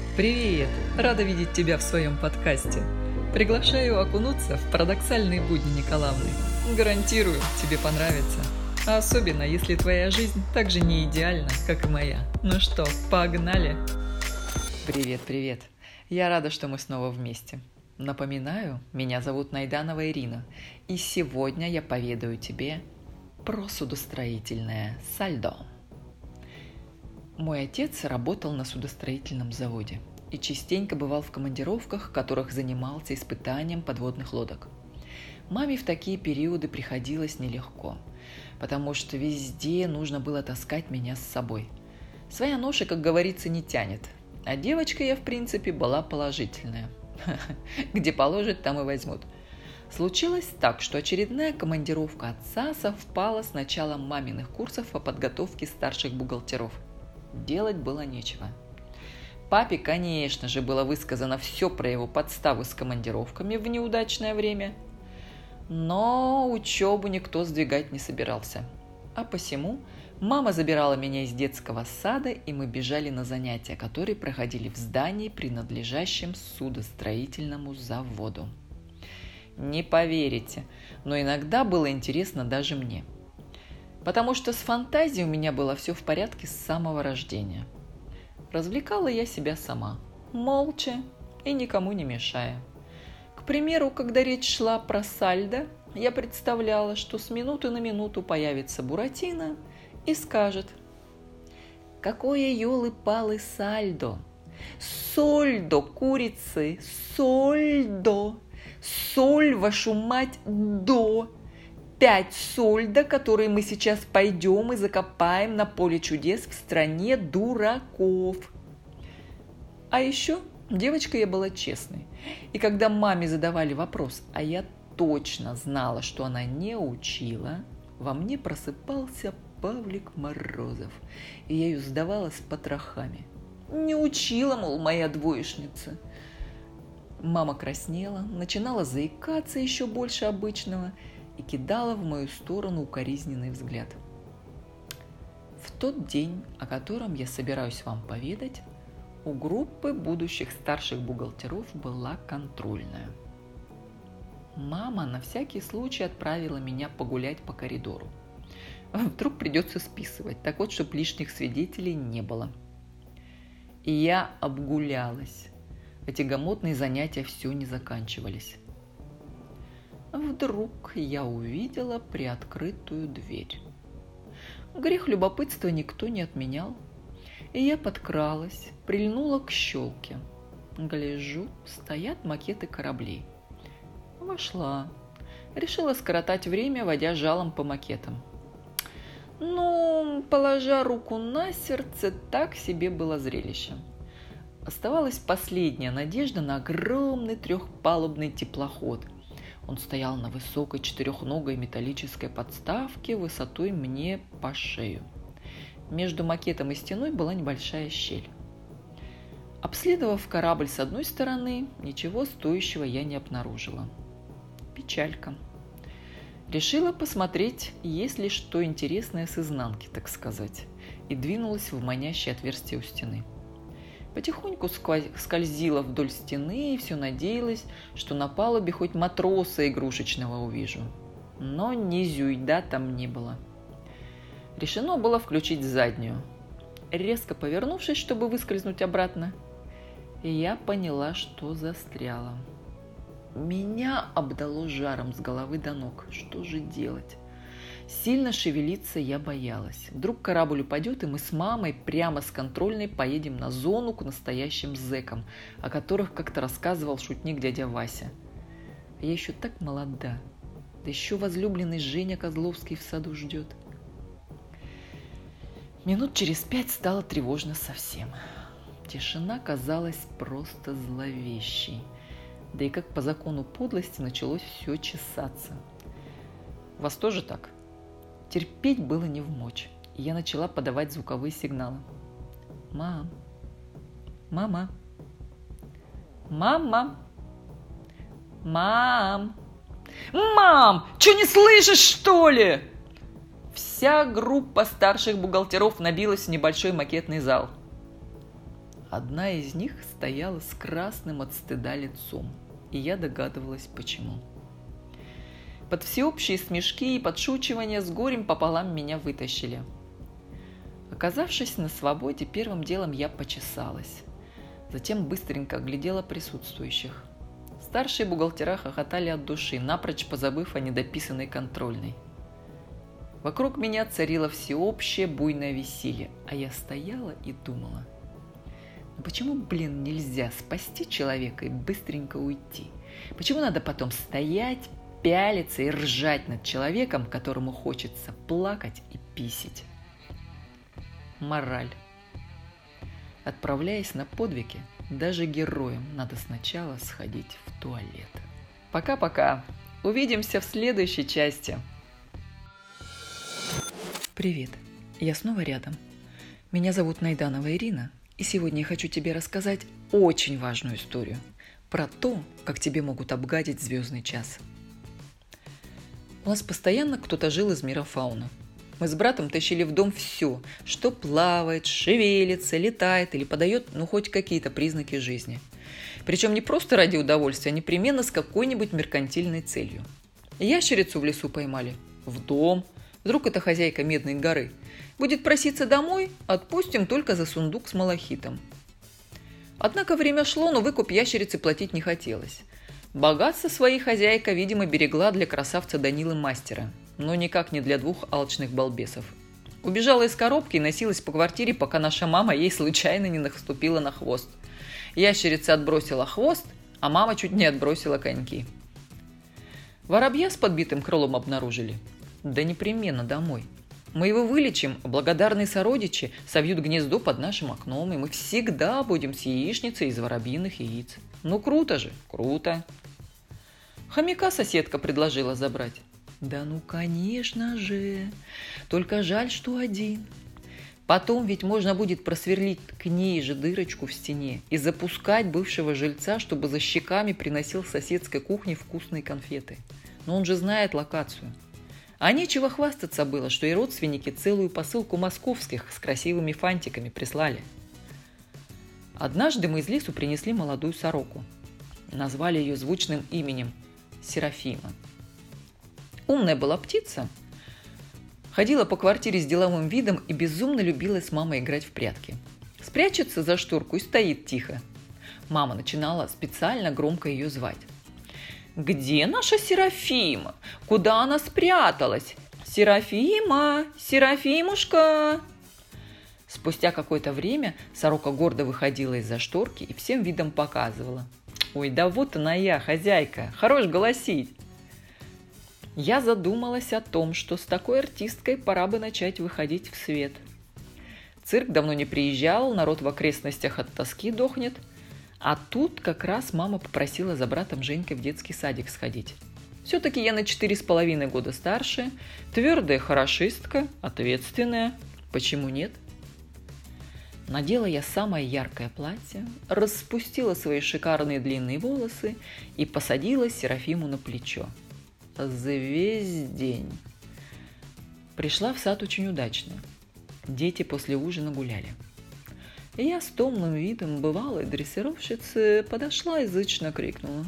Привет! Рада видеть тебя в своем подкасте. Приглашаю окунуться в парадоксальные будни Николаевны. Гарантирую, тебе понравится. А особенно, если твоя жизнь так же не идеальна, как и моя. Ну что, погнали! Привет! Я рада, что мы снова вместе. Напоминаю, меня зовут Найданова Ирина, и сегодня я поведаю тебе про судостроительное сальдо. Мой отец работал на судостроительном заводе и частенько бывал в командировках, в которых занимался испытанием подводных лодок. Маме в такие периоды приходилось нелегко, потому что везде нужно было таскать меня с собой. Своя ноша, как говорится, не тянет, а девочка я, в принципе, была положительная. Где положат, там и возьмут. Случилось так, что очередная командировка отца совпала с началом маминых курсов по подготовке старших бухгалтеров. Делать было нечего. Папе, конечно же, было высказано все про его подставы с командировками в неудачное время, но учебу никто сдвигать не собирался. А посему мама забирала меня из детского сада, и мы бежали на занятия, которые проходили в здании, принадлежащем судостроительному заводу. Не поверите, но иногда было интересно даже мне. Потому что с фантазией у меня было все в порядке с самого рождения. Развлекала я себя сама, молча и никому не мешая. К примеру, когда речь шла про сальдо, я представляла, что с минуты на минуту появится Буратино и скажет: «Какое ёлы-палы сальдо! Сольдо, курицы, сольдо! Соль, вашу мать, до! 5 сольдо, которые мы сейчас пойдем и закопаем на поле чудес в стране дураков». А еще девочка я была честной. И когда маме задавали вопрос, а я точно знала, что она не учила, во мне просыпался Павлик Морозов, и я ее сдавала с потрохами. Не учила, мол, моя двоечница. Мама краснела, начинала заикаться еще больше обычного и кидала в мою сторону укоризненный взгляд. В тот день, о котором я собираюсь вам поведать, у группы будущих старших бухгалтеров была контрольная. Мама на всякий случай отправила меня погулять по коридору. Вдруг придется списывать, так вот, чтобы лишних свидетелей не было. И я обгулялась. Эти гомотные занятия все не заканчивались. Вдруг я увидела приоткрытую дверь. Грех любопытства никто не отменял, и я подкралась, прильнула к щелке. Гляжу, стоят макеты кораблей. Вошла. Решила скоротать время, водя жалом по макетам. Но, положа руку на сердце, так себе было зрелище. Оставалась последняя надежда на огромный трехпалубный теплоход. Он стоял на высокой четырехногой металлической подставке высотой мне по шею. Между макетом и стеной была небольшая щель. Обследовав корабль с одной стороны, ничего стоящего я не обнаружила. Печалька. Решила посмотреть, есть ли что интересное с изнанки, так сказать, и двинулась в манящее отверстие у стены. Потихоньку скользила вдоль стены и все надеялась, что на палубе хоть матроса игрушечного увижу. Но ни зюйда там не было. Решено было включить заднюю. Резко повернувшись, чтобы выскользнуть обратно, я поняла, что застряла. Меня обдало жаром с головы до ног. Что же делать? Сильно шевелиться я боялась. Вдруг корабль упадет, и мы с мамой прямо с контрольной поедем на зону к настоящим зэкам, о которых как-то рассказывал шутник дядя Вася. Я еще так молода. Да еще возлюбленный Женя Козловский в саду ждет. Минут через 5 стало тревожно совсем. Тишина казалась просто зловещей. Да и как по закону подлости началось все чесаться. Вас тоже так? Терпеть было невмочь, и я начала подавать звуковые сигналы. «Мам! Мама! Мама! Мам! Мам! Че, не слышишь, что ли?» Вся группа старших бухгалтеров набилась в небольшой макетный зал. Одна из них стояла с красным от стыда лицом, и я догадывалась, почему. Под всеобщие смешки и подшучивания с горем пополам меня вытащили. Оказавшись на свободе, первым делом я почесалась. Затем быстренько оглядела присутствующих. Старшие бухгалтера хохотали от души, напрочь позабыв о недописанной контрольной. Вокруг меня царило всеобщее буйное веселье, а я стояла и думала: ну почему, нельзя спасти человека и быстренько уйти? Почему надо потом стоять, пялиться и ржать над человеком, которому хочется плакать и писать? Мораль. Отправляясь на подвиги, даже героям надо сначала сходить в туалет. Пока-пока. Увидимся в следующей части. Привет. Я снова рядом. Меня зовут Найданова Ирина, и сегодня я хочу тебе рассказать очень важную историю про то, как тебе могут обгадить звездный час. У нас постоянно кто-то жил из мира фауны. Мы с братом тащили в дом все, что плавает, шевелится, летает или подает, хоть какие-то признаки жизни. Причем не просто ради удовольствия, а непременно с какой-нибудь меркантильной целью. Ящерицу в лесу поймали. В дом. Вдруг это хозяйка Медной горы. Будет проситься домой, отпустим только за сундук с малахитом. Однако время шло, но выкуп ящерицы платить не хотелось. Богатство своей хозяйка, видимо, берегла для красавца Данилы Мастера, но никак не для двух алчных балбесов. Убежала из коробки и носилась по квартире, пока наша мама ей случайно не наступила на хвост. Ящерица отбросила хвост, а мама чуть не отбросила коньки. Воробья с подбитым крылом обнаружили. Да непременно домой. Мы его вылечим, а благодарные сородичи совьют гнездо под нашим окном, и мы всегда будем с яичницей из воробьиных яиц. Ну круто же, круто. Хомяка соседка предложила забрать. Да конечно же, только жаль, что один. Потом ведь можно будет просверлить к ней же дырочку в стене и запускать бывшего жильца, чтобы за щеками приносил с соседской кухни вкусные конфеты. Но он же знает локацию. А нечего хвастаться было, что и родственники целую посылку московских с красивыми фантиками прислали. Однажды мы из лесу принесли молодую сороку. Назвали ее звучным именем – Серафима. Умная была птица, ходила по квартире с деловым видом и безумно любила с мамой играть в прятки. Спрячется за шторку и стоит тихо. Мама начинала специально громко ее звать. «Где наша Серафима? Куда она спряталась? Серафима! Серафимушка!» Спустя какое-то время сорока гордо выходила из-за шторки и всем видом показывала. «Ой, да вот она я, хозяйка! Хорош голосить!» Я задумалась о том, что с такой артисткой пора бы начать выходить в свет. Цирк давно не приезжал, народ в окрестностях от тоски дохнет. А тут как раз мама попросила за братом Женькой в детский садик сходить. Все-таки я на 4,5 года старше, твердая хорошистка, ответственная. Почему нет? Надела я самое яркое платье, распустила свои шикарные длинные волосы и посадила Серафиму на плечо. За весь день. Пришла в сад очень удачно. Дети после ужина гуляли. И я с томным видом бывалой дрессировщицы подошла и зычно крикнула: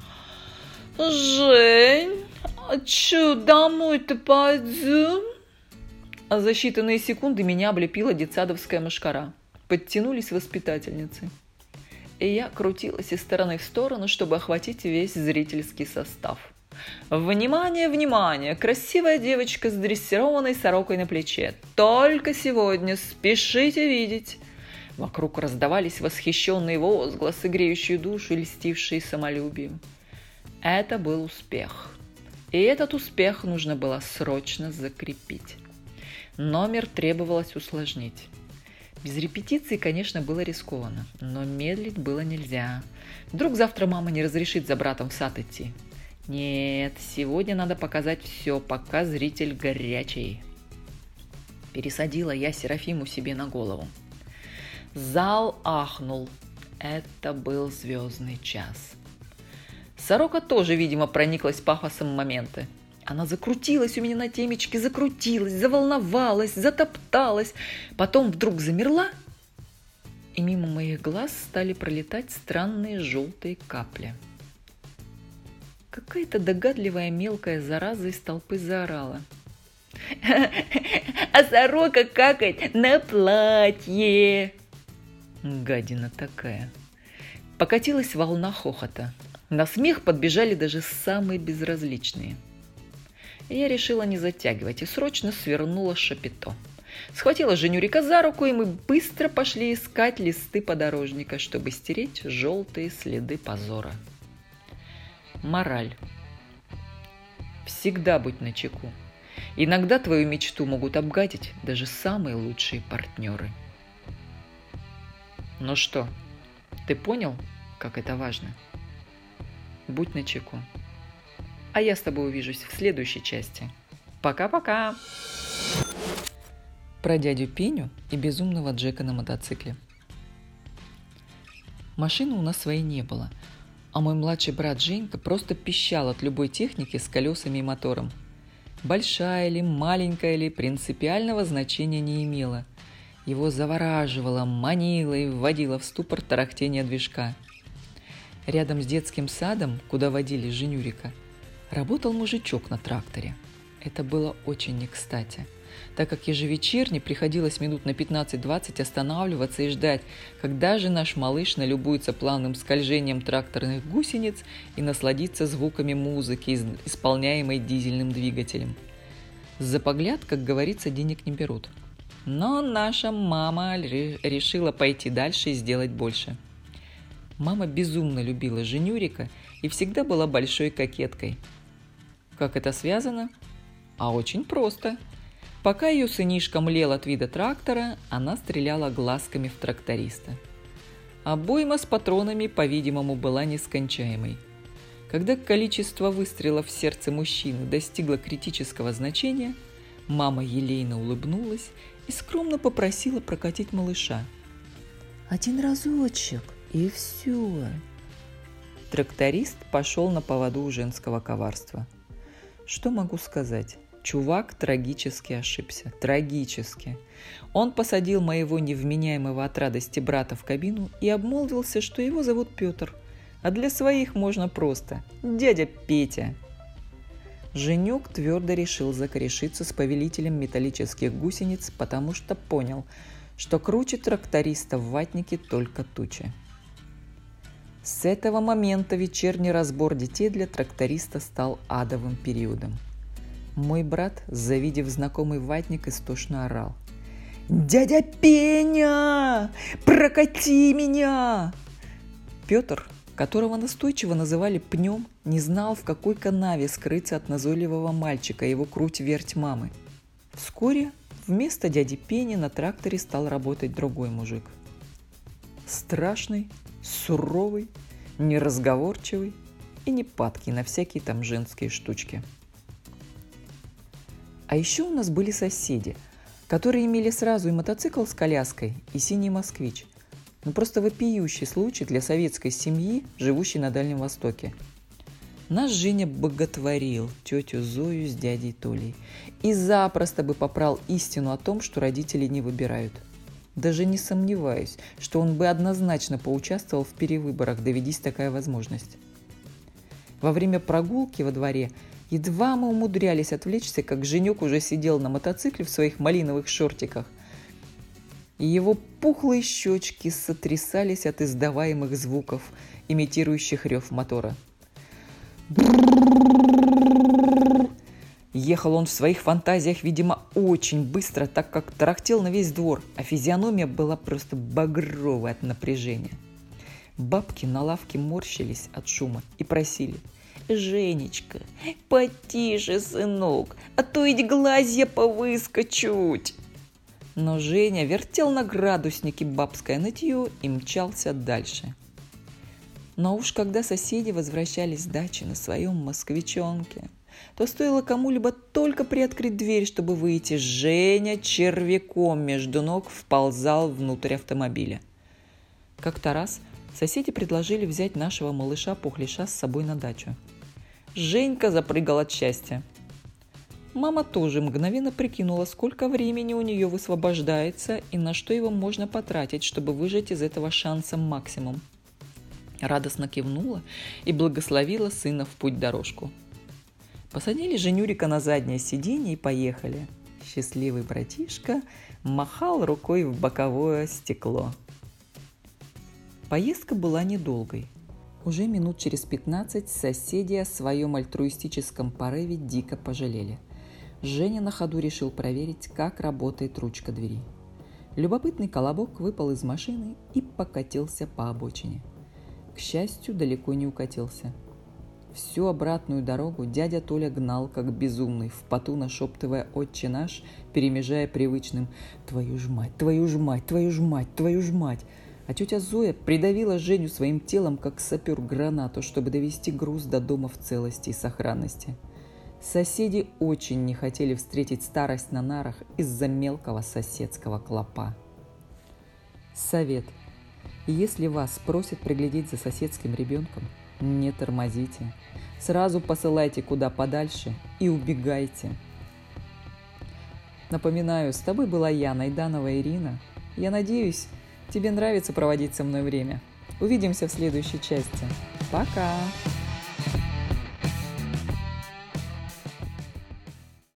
«Жень, а чё, домой-то пойдём?» А за считанные секунды меня облепила детсадовская мошкара. Подтянулись воспитательницы. И я крутилась из стороны в сторону, чтобы охватить весь зрительский состав. «Внимание, внимание! Красивая девочка с дрессированной сорокой на плече. Только сегодня, спешите видеть!» Вокруг раздавались восхищенные возгласы, греющие душу и льстившие самолюбию. Это был успех. И этот успех нужно было срочно закрепить. Номер требовалось усложнить. Без репетиции, конечно, было рискованно, но медлить было нельзя. Вдруг завтра мама не разрешит за братом в сад идти. Нет, сегодня надо показать все, пока зритель горячий. Пересадила я Серафиму себе на голову. Зал ахнул. Это был звездный час. Сорока тоже, видимо, прониклась пафосом момента. Она закрутилась у меня на темечке, закрутилась, заволновалась, затопталась. Потом вдруг замерла и мимо моих глаз стали пролетать странные желтые капли. Какая-то догадливая мелкая зараза из толпы заорала: «А сорока какает на платье!» Гадина такая. Покатилась волна хохота. На смех подбежали даже самые безразличные. Я решила не затягивать и срочно свернула шапито. Схватила Женюрика за руку, и мы быстро пошли искать листы подорожника, чтобы стереть желтые следы позора. Мораль. Всегда будь начеку. Иногда твою мечту могут обгадить даже самые лучшие партнеры. Ну что, ты понял, как это важно? Будь начеку. А я с тобой увижусь в следующей части. Пока-пока! Про дядю Пеню и безумного Джека на мотоцикле. Машины у нас своей не было, а мой младший брат Женька просто пищал от любой техники с колесами и мотором. Большая ли, маленькая ли, принципиального значения не имела. Его завораживало, манило и вводило в ступор тарахтение движка. Рядом с детским садом, куда водили Женюрика, работал мужичок на тракторе. Это было очень не кстати, так как ежевечерне приходилось минут на 15-20 останавливаться и ждать, когда же наш малыш налюбуется плавным скольжением тракторных гусениц и насладится звуками музыки, исполняемой дизельным двигателем. За погляд, как говорится, денег не берут. Но наша мама решила пойти дальше и сделать больше. Мама безумно любила Женюрика и всегда была большой кокеткой. Как это связано? А очень просто. Пока ее сынишка млел от вида трактора, она стреляла глазками в тракториста. Обойма с патронами, по-видимому, была нескончаемой. Когда количество выстрелов в сердце мужчины достигло критического значения, мама елейно улыбнулась и скромно попросила прокатить малыша. «Один разочек, и все». Тракторист пошел на поводу у женского коварства. Что могу сказать? Чувак трагически ошибся. Трагически. Он посадил моего невменяемого от радости брата в кабину и обмолвился, что его зовут Петр, а для своих можно просто дядя Петя. Женек твердо решил закорешиться с повелителем металлических гусениц, потому что понял, что круче тракториста в ватнике только тучи. С этого момента вечерний разбор детей для тракториста стал адовым периодом. Мой брат, завидев знакомый ватник, истошно орал: «Дядя Пеня! Прокати меня!» Петр, которого настойчиво называли Пнем, не знал, в какой канаве скрыться от назойливого мальчика и его круть-верть мамы. Вскоре вместо дяди Пени на тракторе стал работать другой мужик. Страшный, суровый, неразговорчивый и не падкий на всякие там женские штучки. А еще у нас были соседи, которые имели сразу и мотоцикл с коляской, и синий москвич. Ну просто вопиющий случай для советской семьи, живущей на Дальнем Востоке. Наш Женя боготворил тетю Зою с дядей Толей и запросто бы попрал истину о том, что родители не выбирают. Даже не сомневаюсь, что он бы однозначно поучаствовал в перевыборах, доведись такая возможность. Во время прогулки во дворе едва мы умудрялись отвлечься, как Женек уже сидел на мотоцикле в своих малиновых шортиках, и его пухлые щечки сотрясались от издаваемых звуков, имитирующих рев мотора. Ехал он в своих фантазиях, видимо, очень быстро, так как тарахтел на весь двор, а физиономия была просто багровая от напряжения. Бабки на лавке морщились от шума и просили: «Женечка, потише, сынок, а то ведь глазья повыскочут». Но Женя вертел на градуснике бабское нытье и мчался дальше. Но уж когда соседи возвращались с дачи на своем москвичонке, то стоило кому-либо только приоткрыть дверь, чтобы выйти, Женя червяком между ног вползал внутрь автомобиля. Как-то раз соседи предложили взять нашего малыша-пухляша с собой на дачу. Женька запрыгал от счастья. Мама тоже мгновенно прикинула, сколько времени у нее высвобождается и на что его можно потратить, чтобы выжать из этого шанса максимум. Радостно кивнула и благословила сына в путь-дорожку. Посадили Женюрика на заднее сиденье и поехали. Счастливый братишка махал рукой в боковое стекло. Поездка была недолгой. Уже минут через 15 соседи о своем альтруистическом порыве дико пожалели. Женя на ходу решил проверить, как работает ручка двери. Любопытный колобок выпал из машины и покатился по обочине. К счастью, далеко не укатился. Всю обратную дорогу дядя Толя гнал, как безумный, в поту нашептывая «Отче наш», перемежая привычным «Твою ж мать, твою ж мать, твою ж мать, твою ж мать». А тетя Зоя придавила Женю своим телом, как сапер гранату, чтобы довести груз до дома в целости и сохранности. Соседи очень не хотели встретить старость на нарах из-за мелкого соседского клопа. Совет. Если вас просят приглядеть за соседским ребенком, не тормозите. Сразу посылайте куда подальше и убегайте. Напоминаю, с тобой была я, Найданова Ирина. Я надеюсь, тебе нравится проводить со мной время. Увидимся в следующей части. Пока!